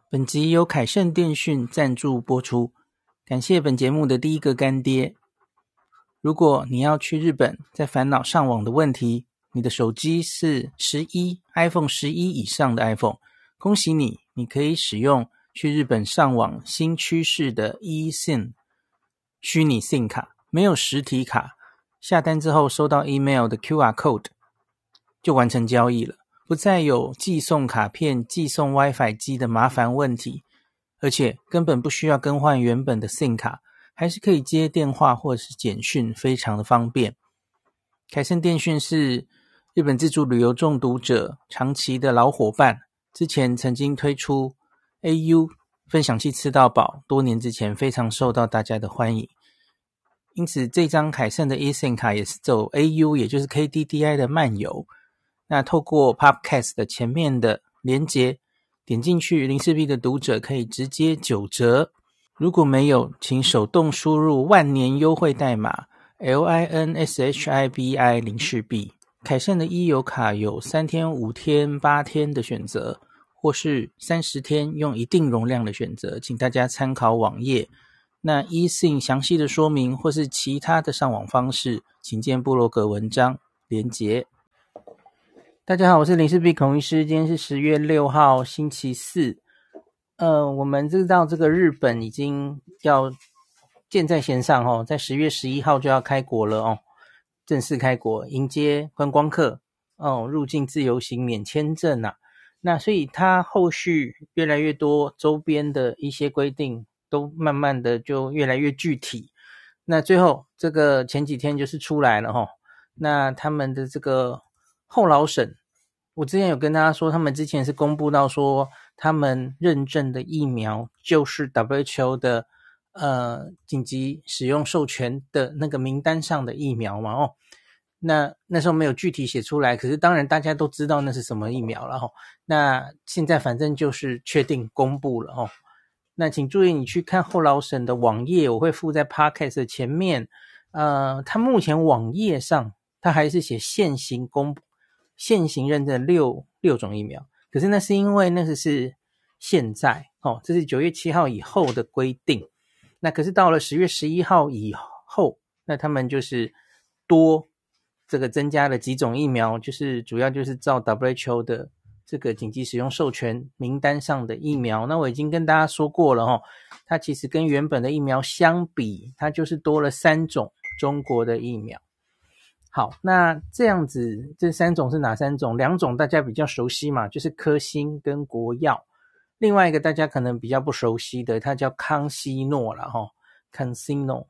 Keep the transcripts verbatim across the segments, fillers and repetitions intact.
本集由凯盛电讯赞助播出，感谢本节目的第一个干爹。如果你要去日本，在烦恼上网的问题，你的手机是十一 iPhone 十一以上的 iPhone， 恭喜你，你可以使用去日本上网新趋势的 eSIM 虚拟 SIM 卡，没有实体卡，下单之后收到 email 的 Q R code 就完成交易了，不再有寄送卡片、寄送 WiFi 机的麻烦问题，而且根本不需要更换原本的 SIM 卡，还是可以接电话或者是简讯，非常的方便。凯盛电讯是日本自助旅游中毒者长期的老伙伴，之前曾经推出 A U 分享器吃到饱，多年之前非常受到大家的欢迎。因此这张凯盛的 eSIM 卡也是走 A U， 也就是 K D D I 的漫游。那透过 Podcast 的前面的连结点进去，零四 B 的读者可以直接九折。如果没有，请手动输入万年优惠代码 L I N S H I B I 零四 B。 凯盛的 E 游卡有三天、五天、八天的选择，或是三十天用一定容量的选择，请大家参考网页。那 eSIM 详细的说明或是其他的上网方式，请见部落格文章连结。大家好，我是林氏璧孔医师，今天是十月六号星期四。呃，我们知道这个日本已经要箭在弦上哦，在十月十一号就要开国了哦，正式开国，迎接观光客哦，入境自由行免签证啊。那所以它后续越来越多周边的一些规定都慢慢的就越来越具体。那最后这个前几天就是出来了哦，那他们的这个后劳审，我之前有跟大家说，他们之前是公布到说他们认证的疫苗就是 W H O 的呃紧急使用授权的那个名单上的疫苗嘛哦，那那时候没有具体写出来，可是当然大家都知道那是什么疫苗了哦。那现在反正就是确定公布了哦。那请注意你去看后劳审的网页，我会附在 Podcast 的前面。呃，它目前网页上它还是写现行公布现行认证六六种疫苗，可是那是因为那个是现在哦，这是九月七号以后的规定。那可是到了十月十一号以后，那他们就是多这个增加了几种疫苗，就是主要就是照 W H O 的这个紧急使用授权名单上的疫苗。那我已经跟大家说过了哦，它其实跟原本的疫苗相比，它就是多了三种中国的疫苗。好，那这样子这三种是哪三种？两种大家比较熟悉嘛，就是科兴跟国药。另外一个大家可能比较不熟悉的，它叫康希诺啦齁 CanSino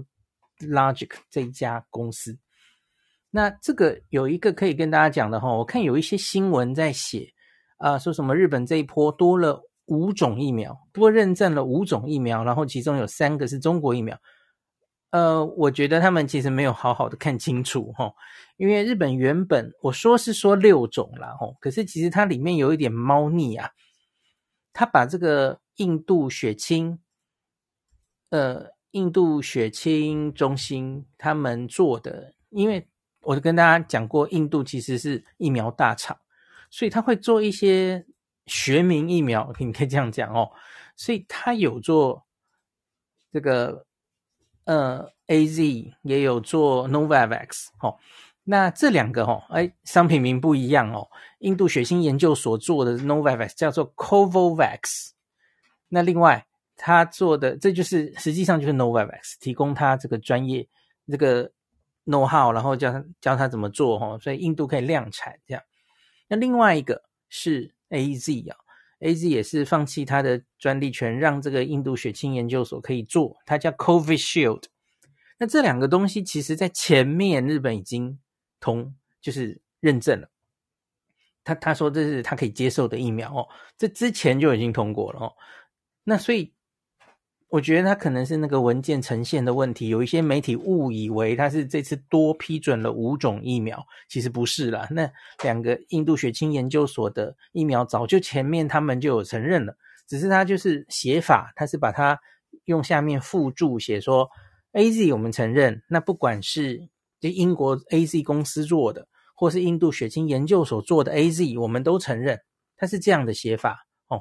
Biologic 这一家公司。那这个有一个可以跟大家讲的齁，我看有一些新闻在写呃，说什么日本这一波多了五种疫苗，多认证了五种疫苗，然后其中有三个是中国疫苗。呃，我觉得他们其实没有好好的看清楚齁，因为日本原本我说是说六种啦齁，可是其实它里面有一点猫腻啊，他把这个印度血清呃，印度血清中心他们做的，因为我跟大家讲过印度其实是疫苗大厂，所以他会做一些学名疫苗，你可以这样讲哦，所以他有做这个呃 A Z 也有做 Novavax 哦，那这两个哦，哎，商品名不一样哦。印度血清研究所做的 Novavax 叫做 Covovax， 那另外他做的这就是实际上就是 Novavax 提供他这个专业这个 know how， 然后教他教他怎么做哦，所以印度可以量产这样。那另外一个是 A Z 啊。A Z 也是放弃他的专利权，让这个印度血清研究所可以做，它叫 Covishield。 那这两个东西其实在前面日本已经通就是认证了，他他说这是他可以接受的疫苗哦，这之前就已经通过了哦。那所以我觉得他可能是那个文件呈现的问题，有一些媒体误以为他是这次多批准了五种疫苗，其实不是啦，那两个印度血清研究所的疫苗早就前面他们就有承认了，只是他就是写法，他是把它用下面附注写说 A Z 我们承认，那不管是就英国 A Z 公司做的或是印度血清研究所做的 A Z 我们都承认，它是这样的写法哦。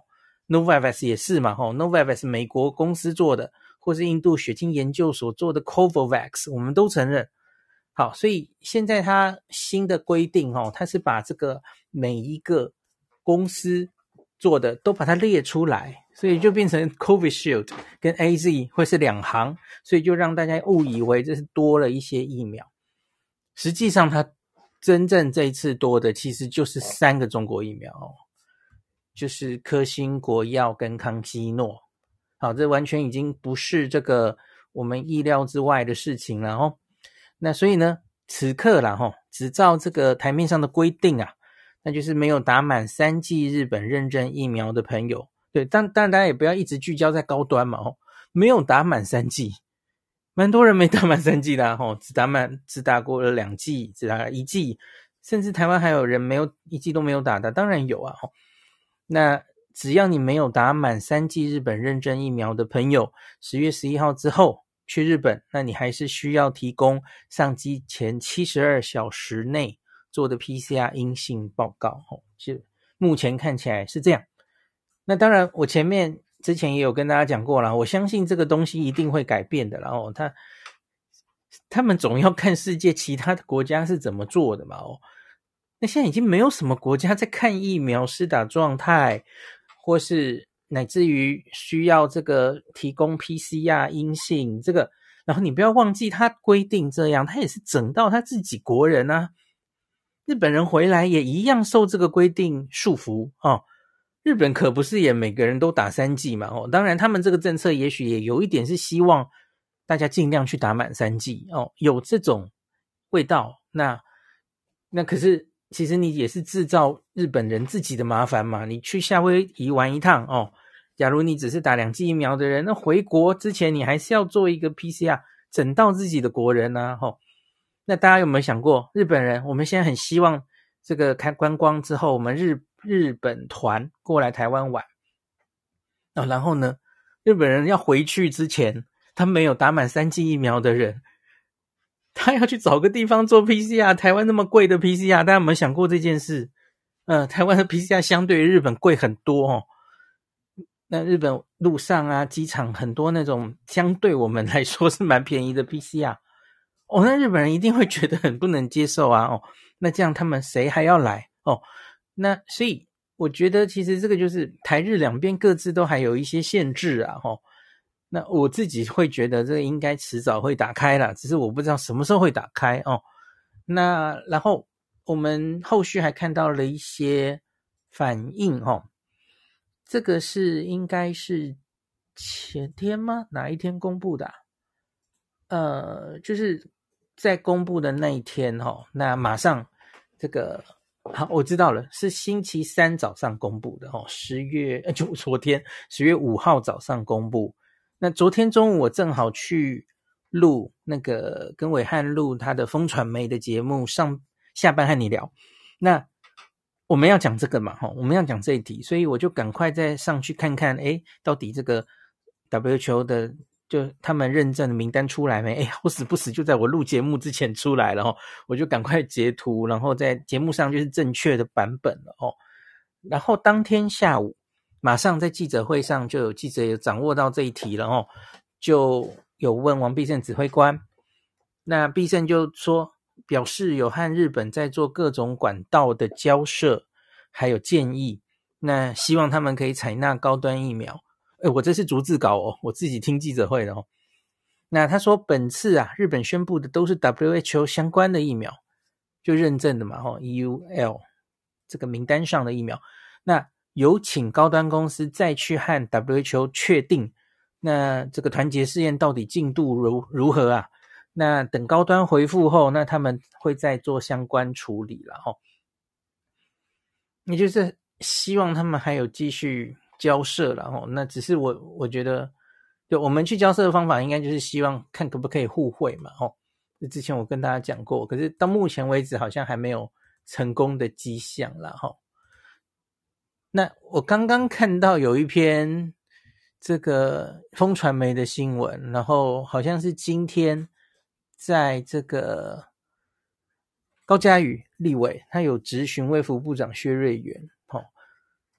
Novavax 也是嘛，吼 Novavax 美国公司做的，或是印度血清研究所做的 Covovax， 我们都承认。好，所以现在它新的规定哦，它是把这个每一个公司做的都把它列出来，所以就变成 Covishield 跟 A Z 会是两行，所以就让大家误以为这是多了一些疫苗。实际上它真正这一次多的其实就是三个中国疫苗哦，就是科兴、国药跟康希诺。好，这完全已经不是这个我们意料之外的事情了哦。那所以呢，此刻啦齁，只照这个台面上的规定啊，那就是没有打满三剂日本认证疫苗的朋友，对，但但大家也不要一直聚焦在高端嘛齁，没有打满三剂，蛮多人没打满三剂的齁，只打满只打过了两剂，只打了一剂，甚至台湾还有人没有一剂都没有打的，当然有啊齁。那只要你没有打满三剂日本认证疫苗的朋友，十月十一号之后去日本，那你还是需要提供上机前七十二小时内做的 P C R 阴性报告，是目前看起来是这样。那当然我前面之前也有跟大家讲过啦，我相信这个东西一定会改变的，然后他他们总要看世界其他的国家是怎么做的嘛哦。那现在已经没有什么国家在看疫苗施打状态，或是乃至于需要这个提供 P C R 阴性这个，然后你不要忘记他规定这样，他也是整到他自己国人啊，日本人回来也一样受这个规定束缚哦。日本可不是也每个人都打三剂嘛哦，当然他们这个政策也许也有一点是希望大家尽量去打满三剂哦，有这种味道。那那可是其实你也是制造日本人自己的麻烦嘛，你去夏威夷玩一趟哦，假如你只是打两剂疫苗的人，那回国之前你还是要做一个 P C R 整到自己的国人啊、哦、那大家有没有想过，日本人我们现在很希望这个开观光之后，我们日日本团过来台湾玩、哦、然后呢日本人要回去之前，他没有打满三剂疫苗的人，他要去找个地方做 P C R， 台湾那么贵的 P C R， 大家有没有想过这件事？呃，台湾的 P C R 相对于日本贵很多哦。那日本路上啊，机场很多那种相对我们来说是蛮便宜的 P C R， 哦，那日本人一定会觉得很不能接受啊。哦，那这样他们谁还要来？哦，那所以我觉得其实这个就是台日两边各自都还有一些限制啊。哦，那我自己会觉得这个应该迟早会打开啦，只是我不知道什么时候会打开哦。那然后我们后续还看到了一些反应哦，这个是应该是前天吗？哪一天公布的啊？呃，就是在公布的那一天哦，那马上这个好，我知道了，是星期三早上公布的哦，十月就昨天十月五号早上公布。那昨天中午我正好去录那个跟伟汉录他的风传媒的节目，上下班和你聊。那我们要讲这个嘛，我们要讲这一题，所以我就赶快再上去看看，诶，到底这个 W H O 的就他们认证的名单出来没？诶，好死不死就在我录节目之前出来了哦，我就赶快截图，然后在节目上就是正确的版本了哦。然后当天下午马上在记者会上就有记者有掌握到这一题了哦，就有问王必胜指挥官，那必胜就说表示有和日本在做各种管道的交涉还有建议，那希望他们可以采纳高端疫苗。诶，我这是逐字稿哦，我自己听记者会的哦。那他说本次啊日本宣布的都是 W H O 相关的疫苗，就认证的嘛、哦、E U L 这个名单上的疫苗，那有请高端公司再去和 W H O 确定那这个团结试验到底进度如如何啊，那等高端回复后，那他们会再做相关处理了齁。也就是希望他们还有继续交涉了齁，那只是我我觉得就我们去交涉的方法应该就是希望看可不可以互惠嘛齁。之前我跟大家讲过，可是到目前为止好像还没有成功的迹象啦齁。那我刚刚看到有一篇这个风传媒的新闻，然后好像是今天在这个高嘉瑜立委他有质询卫福部长薛瑞元、哦、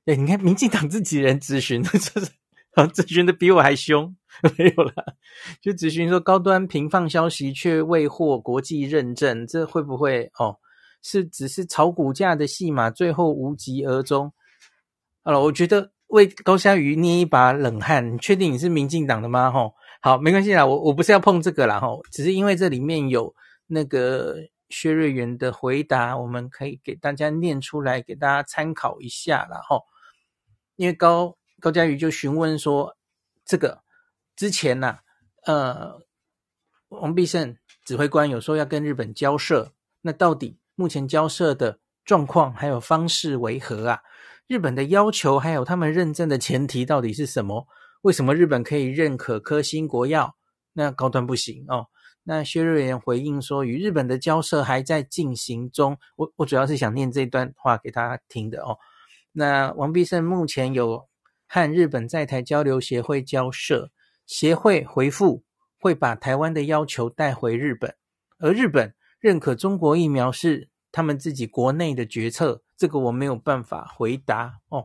对，你看民进党自己人质询，就是质询的比我还凶，没有啦，就质询说高端频放消息却未获国际认证，这会不会哦是只是炒股价的戏码，最后无疾而终？好了，我觉得为高嘉瑜捏一把冷汗，你确定你是民进党的吗？吼，好，没关系啦，我我不是要碰这个啦，吼，只是因为这里面有那个薛瑞元的回答，我们可以给大家念出来，给大家参考一下啦，吼。因为高高嘉瑜就询问说，这个之前呐、啊，呃，王必胜指挥官有说要跟日本交涉，那到底目前交涉的状况还有方式为何啊？日本的要求还有他们认证的前提到底是什么？为什么日本可以认可科兴国药，那高端不行哦？那薛瑞元回应说，与日本的交涉还在进行中。我我主要是想念这段话给大家听的哦。那王必胜目前有和日本在台交流协会交涉，协会回复会把台湾的要求带回日本，而日本认可中国疫苗是他们自己国内的决策，这个我没有办法回答哦。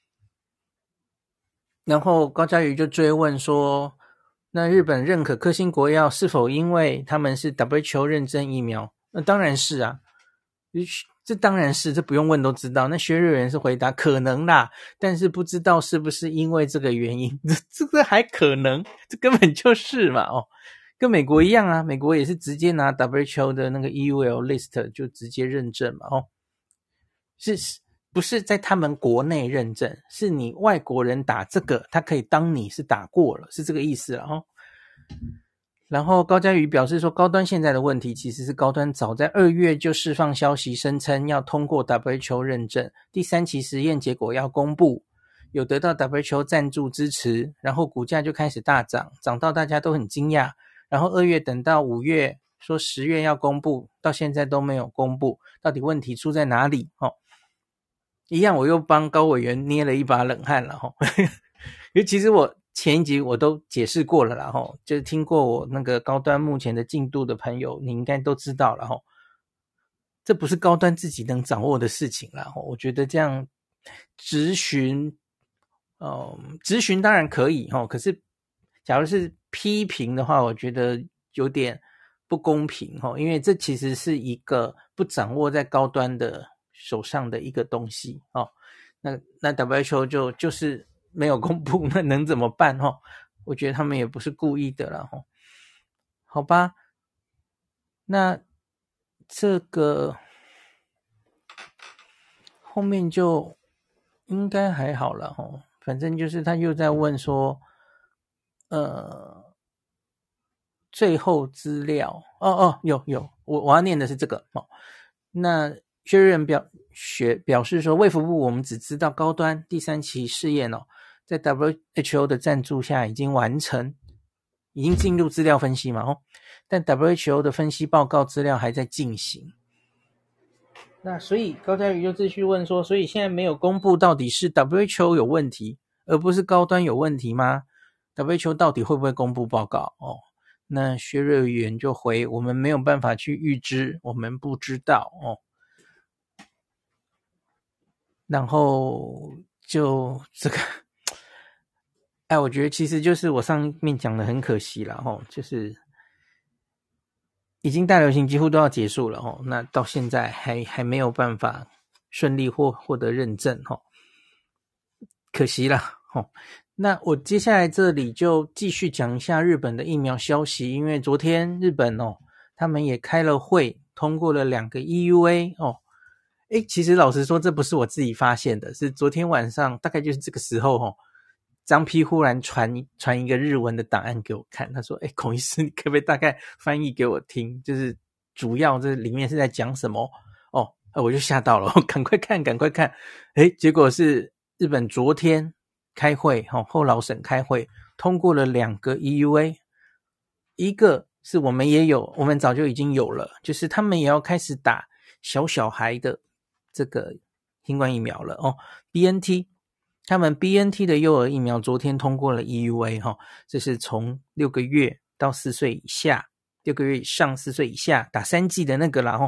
然后高嘉瑜就追问说，那日本认可科兴国药是否因为他们是 W H O 认证疫苗？那当然是啊，这当然是，这不用问都知道。那薛瑞元是回答可能啦，但是不知道是不是因为这个原因，这这个还可能，这根本就是嘛哦，跟美国一样啊，美国也是直接拿 W H O 的那个 E U L list 就直接认证嘛哦，是不是在他们国内认证？是你外国人打这个，他可以当你是打过了，是这个意思啦哦。然后高嘉瑜表示说，高端现在的问题其实是高端早在二月就释放消息，声称要通过 W H O 认证，第三期实验结果要公布，有得到 W H O 赞助支持，然后股价就开始大涨，涨到大家都很惊讶。然后二月等到五月，说十月要公布，到现在都没有公布，到底问题出在哪里？哦，一样，我又帮高委员捏了一把冷汗了哈，因为其实我前一集我都解释过了啦齁，就是听过我那个高端目前的进度的朋友，你应该都知道了齁，这不是高端自己能掌握的事情啦齁，我觉得这样质询，呃，质询当然可以齁，可是假如是批评的话，我觉得有点不公平齁，因为这其实是一个不掌握在高端的手上的一个东西齁，那那 W H O 就就是没有公布，那能怎么办齁？我觉得他们也不是故意的啦齁。好吧，那这个后面就应该还好了齁。反正就是他又在问说，呃，最后资料，哦哦，有有，我我要念的是这个哦。那薛瑞元表学表示说，卫福部我们只知道高端第三期试验哦，在 W H O 的赞助下已经完成，已经进入资料分析嘛哦，但 W H O 的分析报告资料还在进行。那所以高嘉瑜就继续问说，所以现在没有公布到底是 W H O 有问题，而不是高端有问题吗？ W H O 到底会不会公布报告哦？那薛瑞元就回，我们没有办法去预知，我们不知道哦。然后就这个，哎，我觉得其实就是我上面讲的很可惜了齁，就是已经大流行几乎都要结束了齁，那到现在还还没有办法顺利获获得认证齁，可惜了齁。那我接下来这里就继续讲一下日本的疫苗消息，因为昨天日本哦，他们也开了会，通过了两个 E U A 哦。诶，其实老实说，这不是我自己发现的，是昨天晚上大概就是这个时候哦，张批忽然传传一个日文的档案给我看，他说：“诶，孔医师，你可不可以大概翻译给我听？就是主要这里面是在讲什么？”哦，我就吓到了，赶快看，赶快看。诶，结果是日本昨天开会，哦，后劳审开会通过了两个 E U A， 一个是我们也有，我们早就已经有了，就是他们也要开始打小小孩的这个新冠疫苗了哦 ，B N T， 他们 B N T 的幼儿疫苗昨天通过了 E U A 哈、哦，这是从六个月到四岁以下，六个月以上四岁以下打三剂的那个啦哦，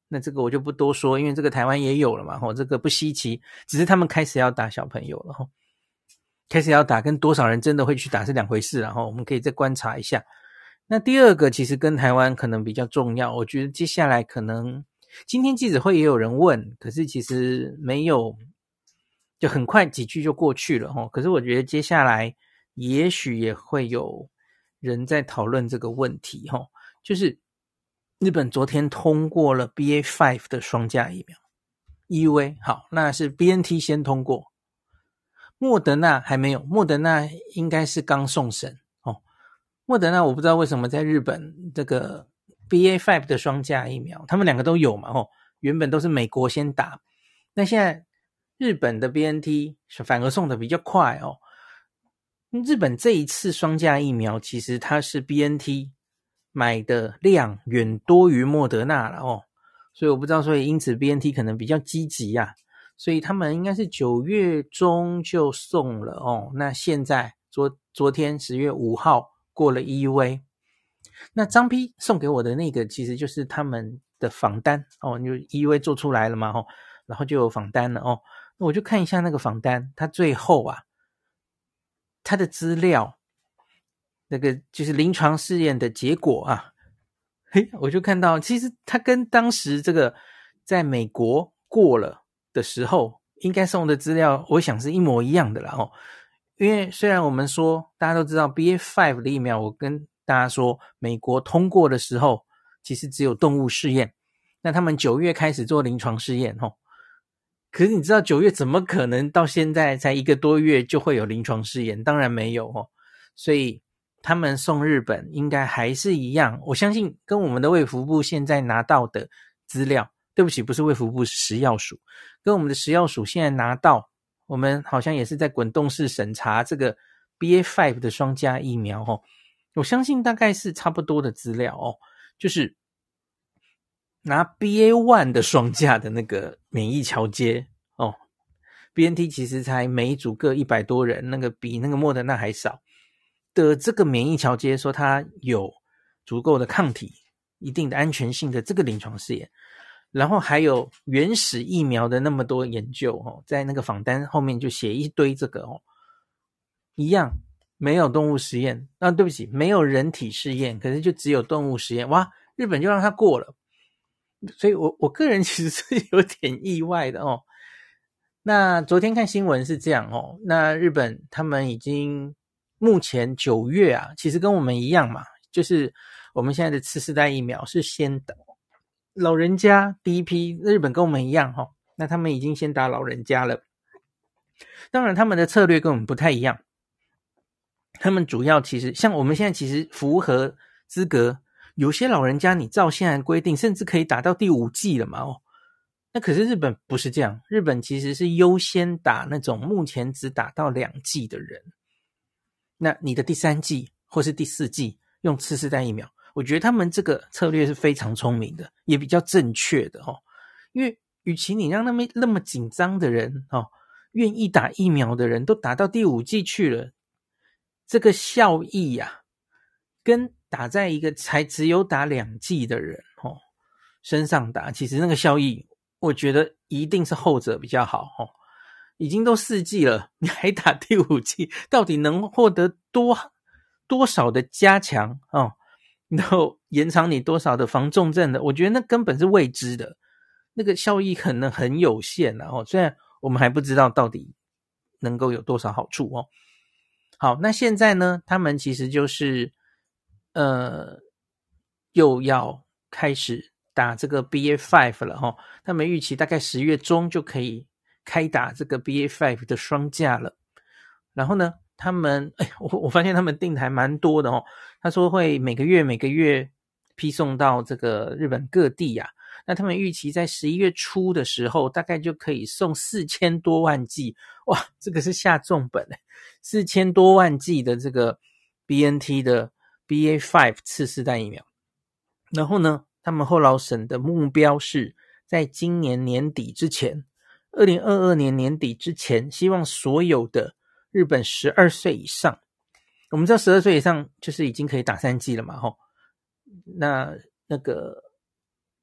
那这个我就不多说，因为这个台湾也有了嘛，吼，这个不稀奇，只是他们开始要打小朋友了，吼，开始要打，跟多少人真的会去打是两回事，然后我们可以再观察一下。那第二个其实跟台湾可能比较重要，我觉得接下来可能今天记者会也有人问，可是其实没有，就很快几句就过去了，吼，可是我觉得接下来也许也会有人在讨论这个问题，吼，就是日本昨天通过了 B A 五 的双价疫苗 E U A， 好，那是 B N T 先通过，莫德纳还没有，莫德纳应该是刚送审哦。莫德纳我不知道为什么在日本这个 B A 五 的双价疫苗，他们两个都有嘛，哦，原本都是美国先打，那现在日本的 B N T 反而送的比较快哦。日本这一次双价疫苗其实它是 B N T 买的量远多于莫德纳了哦，所以我不知道，所以因此 B N T 可能比较积极啊，所以他们应该是九月中就送了哦。那现在昨昨天十月五号过了 E U A， 那张批送给我的那个其实就是他们的访单哦，就 E U A 做出来了嘛，哦，然后就有访单了哦。那我就看一下那个访单，它最后啊，它的资料。那个就是临床试验的结果啊，嘿，我就看到其实他跟当时这个在美国过了的时候应该送的资料我想是一模一样的啦哦。因为虽然我们说大家都知道 B A 五 的疫苗，我跟大家说美国通过的时候其实只有动物试验，那他们九月开始做临床试验哦。可是你知道九月怎么可能到现在才一个多月就会有临床试验？当然没有哦，所以他们送日本应该还是一样，我相信跟我们的卫福部现在拿到的资料，对不起，不是卫福部，是食药署，跟我们的食药署现在拿到，我们好像也是在滚动式审查这个 B A 五 的双价疫苗哦，我相信大概是差不多的资料哦，就是拿 B A 一 的双价的那个免疫桥接哦 ，B N T 其实才每一组各一百多人，那个比那个莫德纳还少。的这个免疫桥接说它有足够的抗体，一定的安全性的这个临床试验，然后还有原始疫苗的那么多研究哦，在那个访单后面就写一堆这个哦，一样没有动物实验，啊，对不起，没有人体试验，可是就只有动物实验，哇，日本就让它过了，所以我我个人其实是有点意外的哦。那昨天看新闻是这样哦，那日本他们已经目前九月啊，其实跟我们一样嘛，就是我们现在的次世代疫苗是先打老人家第一批，日本跟我们一样齁，那他们已经先打老人家了。当然他们的策略跟我们不太一样，他们主要其实像我们现在其实符合资格，有些老人家你照现在规定甚至可以打到第五剂了嘛哦。那可是日本不是这样，日本其实是优先打那种目前只打到两剂的人。那你的第三剂或是第四剂用次世代疫苗，我觉得他们这个策略是非常聪明的，也比较正确的哦。因为与其你让那么那么紧张的人哦，愿意打疫苗的人都打到第五剂去了，这个效益啊，跟打在一个才只有打两剂的人哦身上打，其实那个效益，我觉得一定是后者比较好哦。已经都四剂了，你还打第五剂，到底能获得多多少的加强哦？然后延长你多少的防重症的？我觉得那根本是未知的，那个效益可能很有限啊哦。虽然我们还不知道到底能够有多少好处哦。好，那现在呢，他们其实就是呃又要开始打这个 B A 五 了哦，他们预期大概十月中就可以开打这个 B A 五 的双价了。然后呢，他们哎，我我发现他们订的还蛮多的哦。他说会每个月每个月批送到这个日本各地啊。那他们预期在十一月初的时候，大概就可以送四千多万剂。哇，这个是下重本哎，四千多万剂的这个 B N T 的 B A 五 次世代疫苗。然后呢，他们后老省的目标是在今年年底之前，二零二二年年底之前，希望所有的日本十二岁以上，我们知道十二岁以上就是已经可以打三剂了嘛，吼。那那个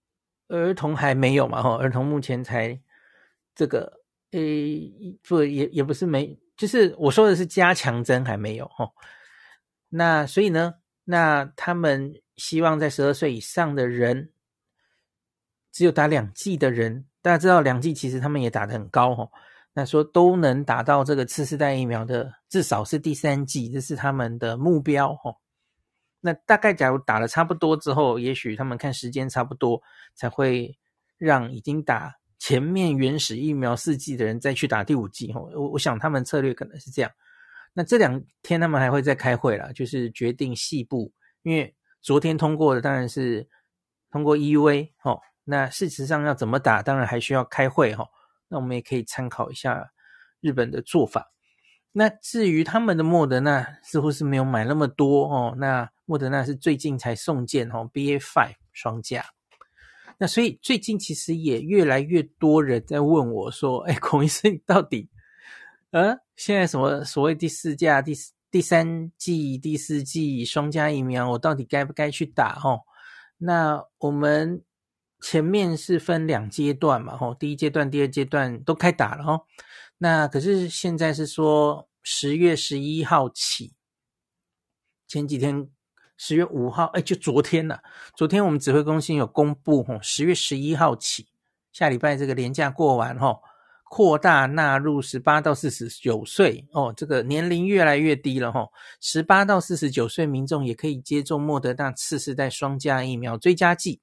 儿童还没有嘛，齁，儿童目前才这个，诶，不也也不是没，就是我说的是加强针还没有齁。那所以呢，那他们希望在十二岁以上的人，只有打两剂的人，大家知道两剂其实他们也打得很高齁。那说都能打到这个次世代疫苗的，至少是第三剂，这是他们的目标齁。那大概假如打了差不多之后，也许他们看时间差不多，才会让已经打前面原始疫苗四剂的人再去打第五剂。我我想他们策略可能是这样。那这两天他们还会再开会啦，就是决定细部，因为昨天通过的当然是通过 E U A 齁，那事实上要怎么打，当然还需要开会齁。那我们也可以参考一下日本的做法。那至于他们的莫德纳似乎是没有买那么多哦，那莫德纳是最近才送件哦 B A 五 双价。那所以最近其实也越来越多人在问我说，诶，孔医生你到底呃现在什么所谓第四价第第三剂第四剂双价疫苗我到底该不该去打哦？那我们前面是分两阶段嘛，吼，第一阶段第二阶段都开打了哦。那可是现在是说十月十一号起，前几天十月五号，哎，就昨天了。昨天我们指挥中心有公布，吼，十月十一号起，下礼拜这个连假过完，吼，扩大纳入十八到四十九岁，哦，这个年龄越来越低了，吼，十八到四十九岁民众也可以接种莫德纳次世代双价疫苗追加剂。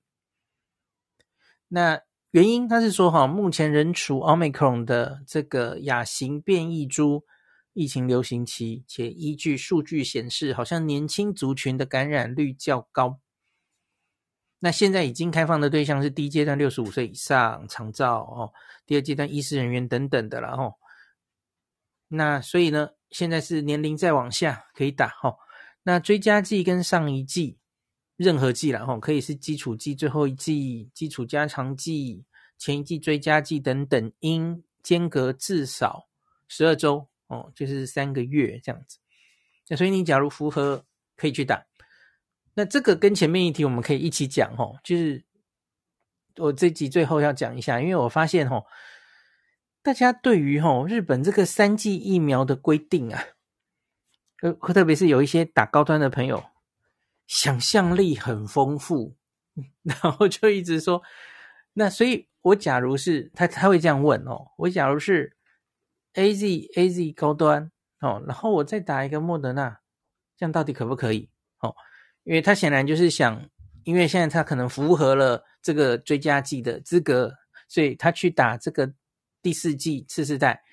那原因他是说哈，目前仍处 Omicron 的这个亚型变异株疫情流行期，且依据数据显示，好像年轻族群的感染率较高。那现在已经开放的对象是第一阶段六十五岁以上长照哦，第二阶段医师人员等等的啦齁。那所以呢，现在是年龄再往下可以打齁。那追加剂跟上一剂任何剂啦齁，可以是基础剂、最后一剂、基础加强剂、前一剂追加剂等等，应间隔至少十二周哦，就是三个月这样子。那所以你假如符合可以去打。那这个跟前面一题我们可以一起讲齁，就是我这集最后要讲一下，因为我发现齁，大家对于齁日本这个三剂疫苗的规定啊，呃，特别是有一些打高端的朋友，想象力很丰富，然后就一直说，那所以我假如是他他会这样问哦，我假如是 A Z A Z 高端哦，然后我再打一个莫德纳，这样到底可不可以哦？因为他显然就是想，因为现在他可能符合了这个追加剂的资格，所以他去打这个第四剂次世代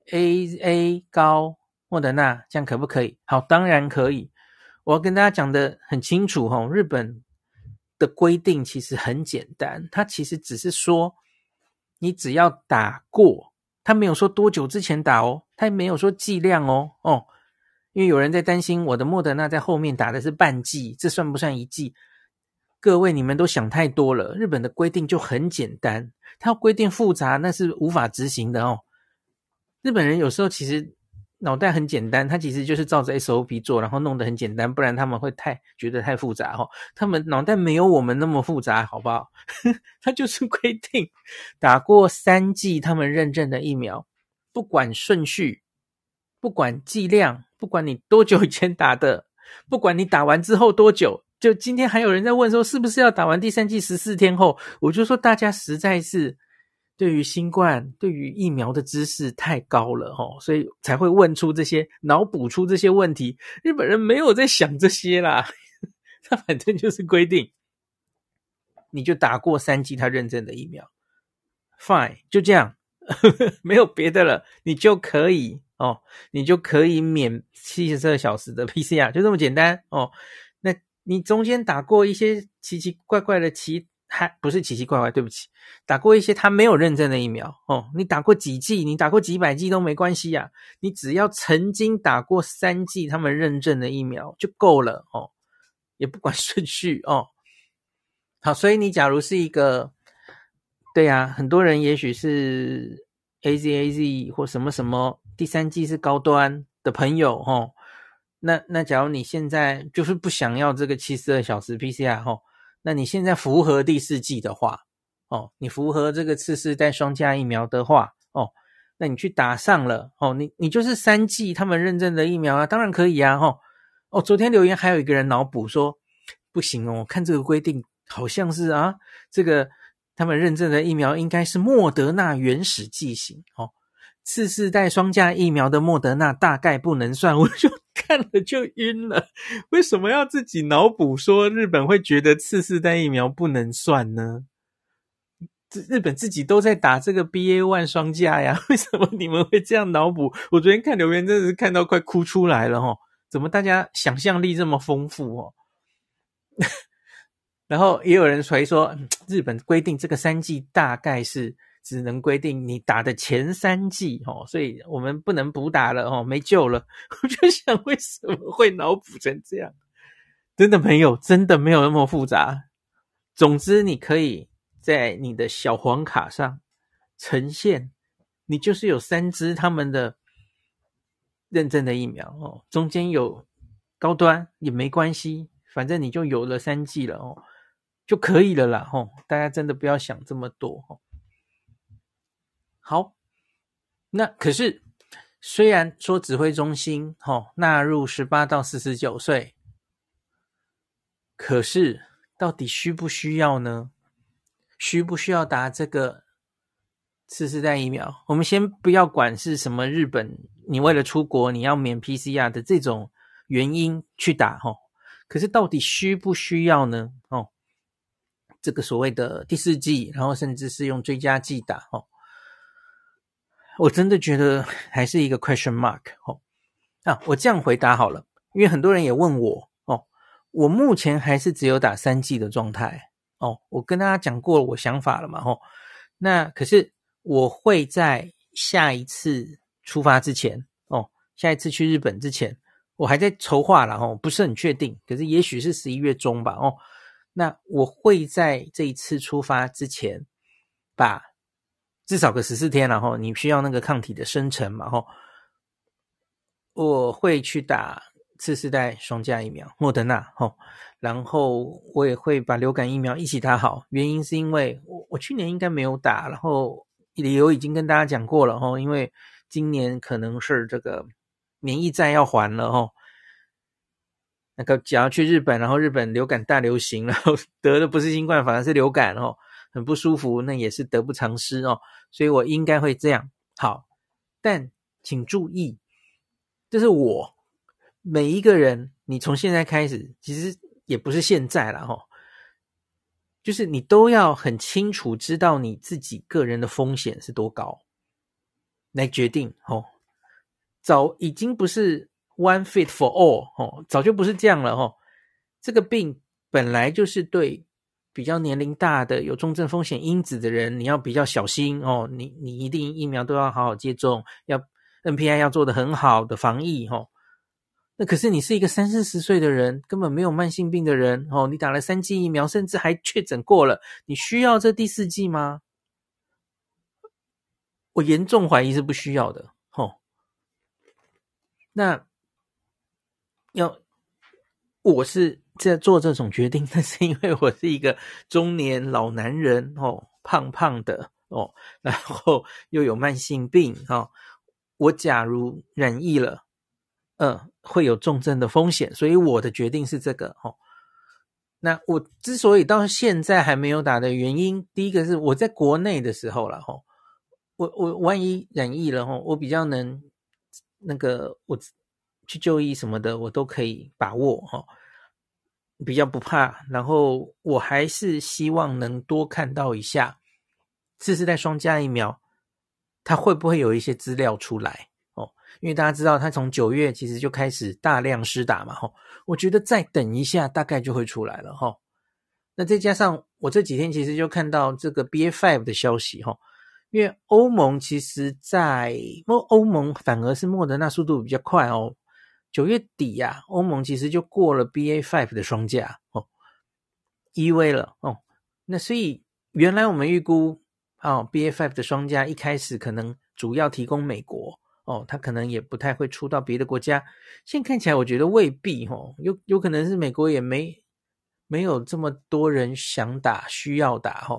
A A 高莫德纳，这样可不可以？好，当然可以。我要跟大家讲的很清楚齁，日本的规定其实很简单，它其实只是说你只要打过，它没有说多久之前打哦，它没有说剂量哦哦，因为有人在担心我的莫德纳在后面打的是半剂，这算不算一剂？各位你们都想太多了，日本的规定就很简单，它要规定复杂那是无法执行的哦。日本人有时候其实脑袋很简单，他其实就是照着 S O P 做，然后弄得很简单，不然他们会太觉得太复杂齁。他们脑袋没有我们那么复杂，好不好？他就是规定打过三剂他们认证的疫苗，不管顺序，不管剂量，不管你多久以前打的，不管你打完之后多久，就今天还有人在问说是不是要打完第三剂十四天后，我就说大家实在是对于新冠对于疫苗的知识太高了齁，所以才会问出这些脑补出这些问题。日本人没有在想这些啦，他反正就是规定你就打过三剂他认证的疫苗 fine 就这样没有别的了，你就可以哦，你就可以免七十二小时的 P C R 就这么简单哦。那你中间打过一些奇奇怪怪的其还不是奇奇怪怪，对不起，打过一些他没有认证的疫苗哦。你打过几剂，你打过几百剂都没关系啊，你只要曾经打过三剂他们认证的疫苗就够了哦，也不管顺序哦。好，所以你假如是一个，对啊，很多人也许是 A Z A Z 或什么什么第三剂是高端的朋友哦。那那假如你现在就是不想要这个七十二小时 P C R 哦，那你现在符合第四剂的话， 哦，你符合这个次世代双价疫苗的话哦，那你去打上了哦，你你就是三剂他们认证的疫苗啊，当然可以啊哦。哦，昨天留言还有一个人脑补说不行哦，看这个规定好像是啊，这个他们认证的疫苗应该是莫德纳原始剂型哦，次世代双价疫苗的莫德纳大概不能算，我就看了就晕了。为什么要自己脑补说日本会觉得次世代疫苗不能算呢？日本自己都在打这个 B A 一 双价呀，为什么你们会这样脑补？我昨天看留言真的是看到快哭出来了齁，怎么大家想象力这么丰富哦？然后也有人回说日本规定这个三剂大概是只能规定你打的前三剂哦，所以我们不能补打了哦，没救了。我就想为什么会脑补成这样？真的没有，真的没有那么复杂。总之你可以在你的小黄卡上呈现你就是有三支他们的认证的疫苗哦，中间有高端也没关系，反正你就有了三剂了哦，就可以了啦哦，大家真的不要想这么多哦。好，那可是虽然说指挥中心哦纳入十八到四十九岁，可是到底需不需要呢？需不需要打这个次世代疫苗？我们先不要管是什么日本你为了出国你要免 P C R 的这种原因去打齁，可是到底需不需要呢？哦，这个所谓的第四剂，然后甚至是用追加剂打齁，我真的觉得还是一个 question mark 齁。啊，我这样回答好了，因为很多人也问我哦，我目前还是只有打三剂的状态哦，我跟大家讲过我想法了嘛齁，那可是我会在下一次出发之前哦，下一次去日本之前，我还在筹划啦哦，不是很确定，可是也许是十一月中吧哦，那我会在这一次出发之前把至少个十四天啦齁，你需要那个抗体的生成嘛齁，我会去打次世代双价疫苗莫德纳齁，然后我也会把流感疫苗一起打好，原因是因为我我去年应该没有打，然后理由已经跟大家讲过了齁，因为今年可能是这个免疫债要还了齁，那个只要去日本，然后日本流感大流行，然后得的不是新冠反而是流感齁，很不舒服，那也是得不偿失哦，所以我应该会这样。好，但请注意，这是我每一个人，你从现在开始，其实也不是现在啦齁，就是你都要很清楚知道你自己个人的风险是多高，来决定齁。早已经不是 one fit for all 齁，早就不是这样了齁。这个病本来就是对比较年龄大的有重症风险因子的人，你要比较小心哦，你你一定疫苗都要好好接种，要 N P I 要做得很好的防疫齁。那可是你是一个三四十岁的人，根本没有慢性病的人哦，你打了三剂疫苗，甚至还确诊过了，你需要这第四剂吗？我严重怀疑是不需要的齁。那要我是在做这种决定，那是因为我是一个中年老男人哦，胖胖的哦，然后又有慢性病哦，我假如染疫了，嗯，会有重症的风险，所以我的决定是这个哦。那我之所以到现在还没有打的原因，第一个是我在国内的时候啦齁，我我万一染疫了齁，我比较能那个我去就医什么的，我都可以把握齁，比较不怕。然后我还是希望能多看到一下次世代双价疫苗，它会不会有一些资料出来哦？因为大家知道，它从九月其实就开始大量施打嘛齁，我觉得再等一下，大概就会出来了齁。那再加上我这几天其实就看到这个 B A 五 的消息齁，因为欧盟其实在欧盟反而是莫德纳速度比较快哦，九月底呀、啊，欧盟其实就过了 B A 五 的双价哦 ，E V 了哦。那所以原来我们预估哦 B A 五 的双价一开始可能主要提供美国哦，它可能也不太会出到别的国家。现在看起来我觉得未必哦，有有可能是美国也没没有这么多人想打需要打齁，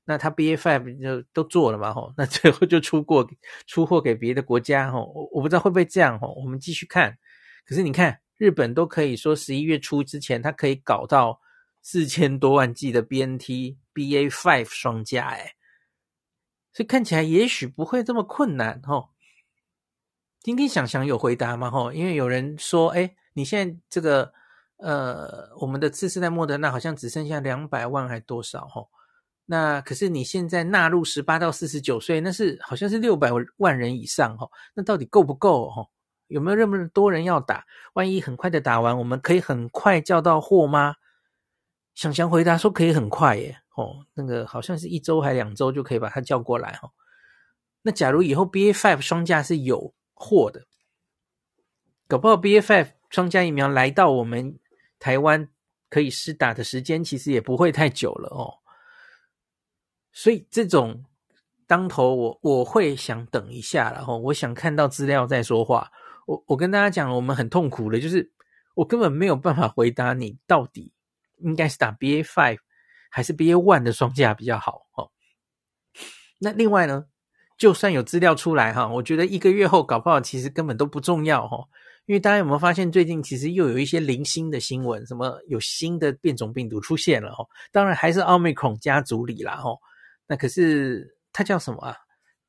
那他 B A 五 就都做了嘛吼，那最后就出过出货给别的国家吼，我我不知道会不会这样吼，我们继续看。可是你看日本都可以说十一月初之前，它可以搞到四千多万剂的 B N T B A 五 双价诶，所以看起来也许不会这么困难吼。今天想想有回答吗吼？因为有人说诶你现在这个呃我们的次世代莫德纳好像只剩下两百万还多少吼，那可是你现在纳入十八到四十九岁，那是好像是六百万人以上吼，那到底够不够吼？有没有那么多人要打？万一很快的打完，我们可以很快叫到货吗？想想回答说可以很快耶哦，那个好像是一周还两周就可以把它叫过来吼。那假如以后 B A 五 双价是有货的，搞不好 B A 五 双价疫苗来到我们台湾可以施打的时间其实也不会太久了哦。所以这种当头我我会想等一下啦齁，我想看到资料再说话。我我跟大家讲我们很痛苦的就是我根本没有办法回答你到底应该是打 B A 五 还是 B A 一 的双价比较好齁。那另外呢，就算有资料出来哈，我觉得一个月后搞不好其实根本都不重要齁。因为大家有没有发现最近其实又有一些零星的新闻，什么有新的变种病毒出现了齁，当然还是 Omicron 家族里啦齁。那可是它叫什么啊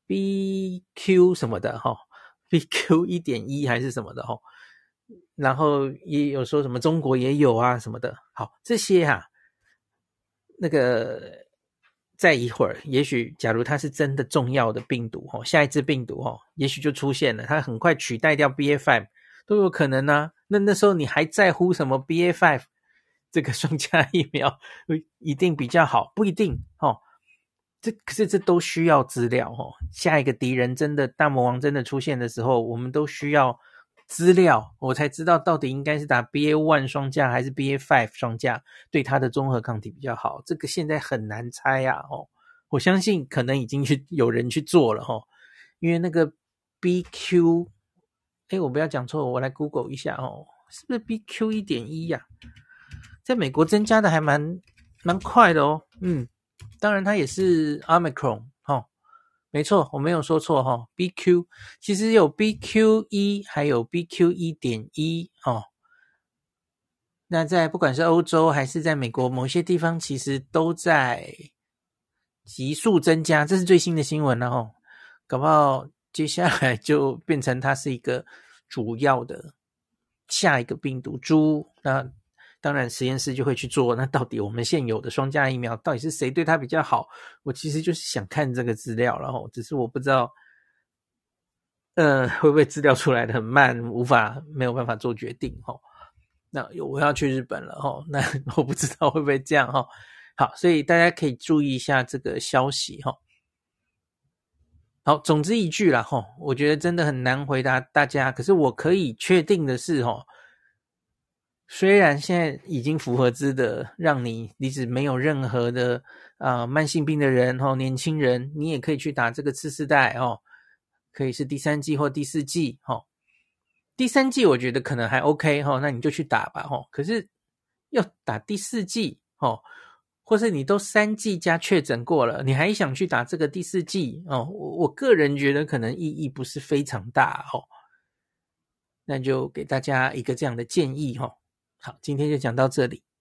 B Q 什么的齁 B Q 一点一 还是什么的齁，然后也有说什么中国也有啊什么的。好，这些啊那个再一会儿也许假如它是真的重要的病毒齁，下一支病毒齁也许就出现了，它很快取代掉 B A 五 都有可能啊。那那时候你还在乎什么 B A 五 这个双价疫苗一定比较好？不一定齁。这可是这都需要资料齁，下一个敌人真的大魔王真的出现的时候，我们都需要资料，我才知道到底应该是打 B A 一 双价还是 B A 五 双价对它的综合抗体比较好。这个现在很难猜啊齁，我相信可能已经去有人去做了齁，因为那个 B Q 诶我不要讲错，我来 Google 一下齁，是不是 B Q 一点一 呀？在美国增加的还蛮蛮快的哦。嗯，当然它也是 Omicron 齁，没错，我没有说错齁 B Q 其实有 B Q 一 还有 B Q 一点一 齁。那在不管是欧洲还是在美国某些地方其实都在急速增加，这是最新的新闻了齁，搞不好接下来就变成它是一个主要的下一个病毒株。那当然实验室就会去做，那到底我们现有的双价疫苗到底是谁对它比较好？我其实就是想看这个资料，然后只是我不知道呃会不会资料出来的很慢，无法没有办法做决定齁。那我要去日本了齁，那我不知道会不会这样齁。好，所以大家可以注意一下这个消息齁。好，总之一句啦齁，我觉得真的很难回答大家，可是我可以确定的是齁，虽然现在已经符合资的让你你只没有任何的呃慢性病的人齁，年轻人你也可以去打这个次世代齁，可以是第三剂或第四剂齁。第三剂我觉得可能还 OK 齁，那你就去打吧齁。可是要打第四剂齁，或是你都三剂加确诊过了，你还想去打这个第四剂哦？我我个人觉得可能意义不是非常大齁。那就给大家一个这样的建议齁。好，今天就讲到这里。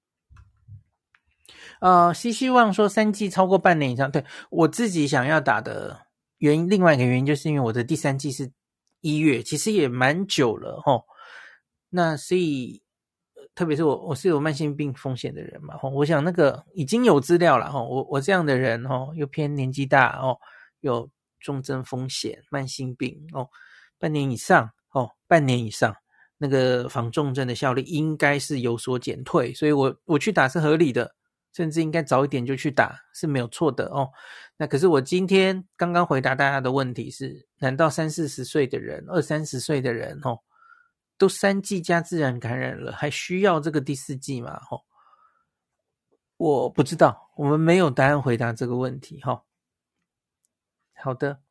呃，希希望说三剂超过半年以上，对，我自己想要打的原因，另外一个原因就是因为我的第三剂是一月，其实也蛮久了齁。那所以特别是我我是有慢性病风险的人嘛齁，我想那个已经有资料了齁，我我这样的人齁，又偏年纪大齁，有重症风险，慢性病齁，半年以上齁，半年以上。那个防重症的效力应该是有所减退，所以我我去打是合理的，甚至应该早一点就去打是没有错的哦。那可是我今天刚刚回答大家的问题是，难道三四十岁的人，二三十岁的人哦，都三剂加自然感染了，还需要这个第四剂吗？哦，我不知道，我们没有答案回答这个问题哈、哦。好的。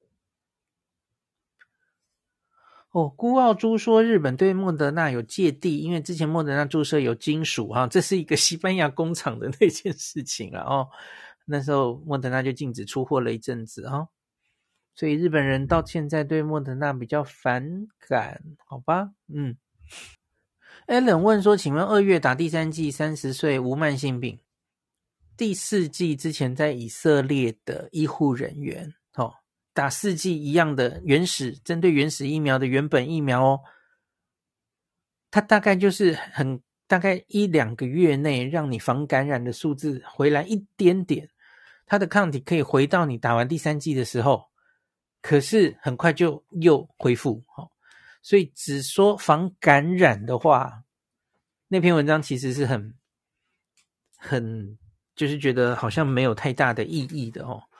哦，孤傲猪说日本对莫德纳有芥蒂，因为之前莫德纳注射有金属哈，这是一个西班牙工厂的那件事情了哦。 那时候莫德纳就禁止出货了一阵子哦，所以日本人到现在对莫德纳比较反感，好吧？嗯。Alan 问说，请问二月打第三剂三十岁无慢性病，第四剂之前在以色列的医护人员哦，打四剂一样的原始针对原始疫苗的原本疫苗哦，它大概就是很大概一两个月内让你防感染的数字回来一点点，它的抗体可以回到你打完第三剂的时候，可是很快就又恢复哦，所以只说防感染的话，那篇文章其实是很很就是觉得好像没有太大的意义的哦。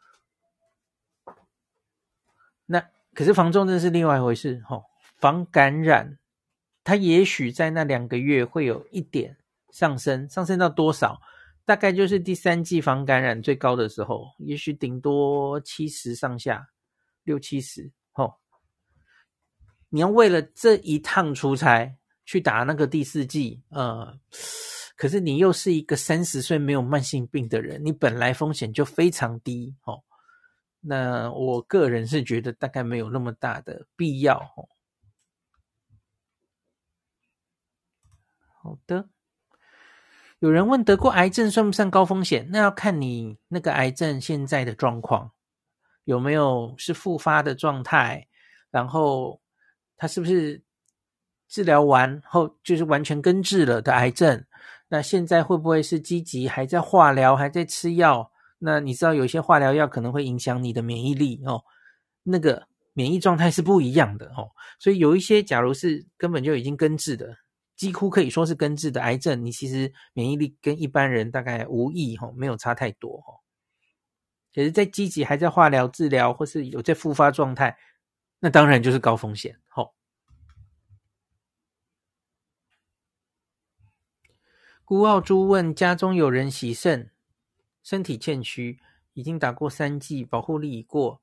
那可是防重症是另外一回事哦，防感染它也许在那两个月会有一点上升，上升到多少？大概就是第三剂防感染最高的时候，也许顶多七十上下，六七十哦。你要为了这一趟出差去打那个第四剂，呃，可是你又是一个三十岁没有慢性病的人，你本来风险就非常低哦。那我个人是觉得大概没有那么大的必要哦。好的，有人问得过癌症算不算高风险？那要看你那个癌症现在的状况，有没有是复发的状态，然后它是不是治疗完后就是完全根治了的癌症，那现在会不会是积极还在化疗还在吃药，那你知道有些化疗药可能会影响你的免疫力哦，那个免疫状态是不一样的哦，所以有一些假如是根本就已经根治的，几乎可以说是根治的癌症，你其实免疫力跟一般人大概无异哦，没有差太多哦。可是在积极还在化疗治疗或是有在复发状态，那当然就是高风险哦。孤傲猪问，家中有人洗肾，身体欠虚，已经打过三剂，保护力已过。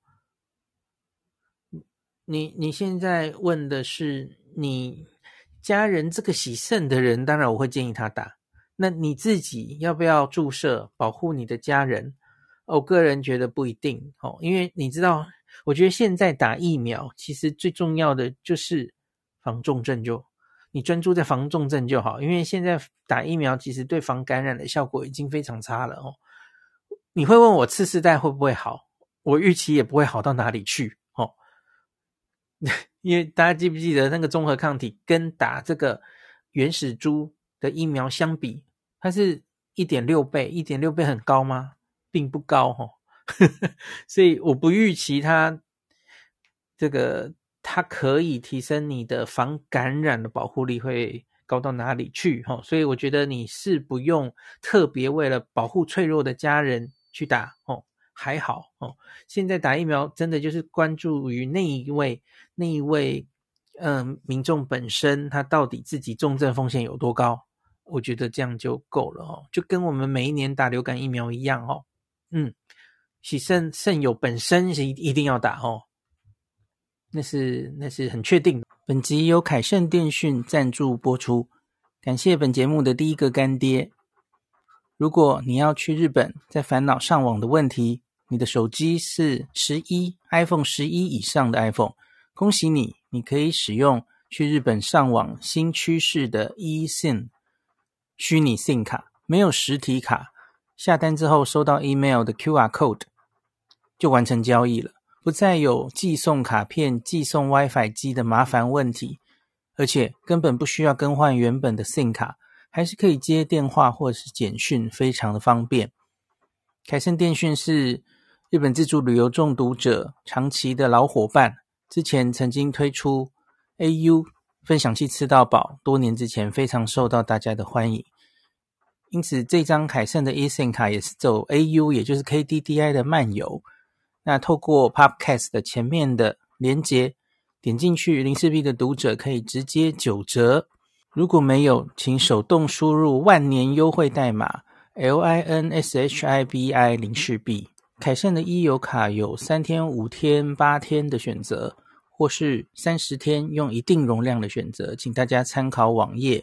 你你现在问的是你家人这个洗肾的人，当然我会建议他打。那你自己要不要注射保护你的家人？我个人觉得不一定哦，因为你知道，我觉得现在打疫苗其实最重要的就是防重症就，你专注在防重症就好，因为现在打疫苗其实对防感染的效果已经非常差了哦。你会问我次世代会不会好？我预期也不会好到哪里去哦。因为大家记不记得那个综合抗体跟打这个原始猪的疫苗相比，它是 一点六 倍 一点六 倍很高吗？并不高齁、哦、所以我不预期它这个它可以提升你的防感染的保护力会高到哪里去齁、哦、所以我觉得你是不用特别为了保护脆弱的家人去打哦，还好哦。现在打疫苗真的就是关注于那一位那一位嗯、呃，民众本身他到底自己重症风险有多高，我觉得这样就够了哦，就跟我们每一年打流感疫苗一样哦。嗯，洗肾肾友本身是一定要打哦，那是那是很确定的。本集由凯盛电讯赞助播出，感谢本节目的第一个干爹。如果你要去日本，在烦恼上网的问题，你的手机是十一 iPhone 十一以上的 iPhone， 恭喜你，你可以使用去日本上网新趋势的 eSIM 虚拟 SIM 卡，没有实体卡，下单之后收到 email 的 Q R code 就完成交易了，不再有寄送卡片、寄送 WiFi 机的麻烦问题，而且根本不需要更换原本的 SIM 卡，还是可以接电话或是简讯，非常的方便。凯盛电讯是日本自助旅游中毒者长期的老伙伴，之前曾经推出 A U 分享器吃到饱，多年之前非常受到大家的欢迎。因此这张凯盛的 eSIM 卡也是走 A U 也就是 K D D I 的漫游，那透过 Podcast 的前面的连结点进去，零四 B 的读者可以直接九折，如果没有请手动输入万年优惠代码 L I N S H I B I 零四 B。 凯盛的E游卡有三天、五天、八天的选择，或是三十天用一定容量的选择，请大家参考网页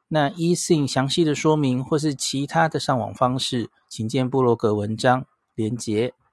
那 eSIM 详细的说明或是其他的上网方式，请见部落格文章连结。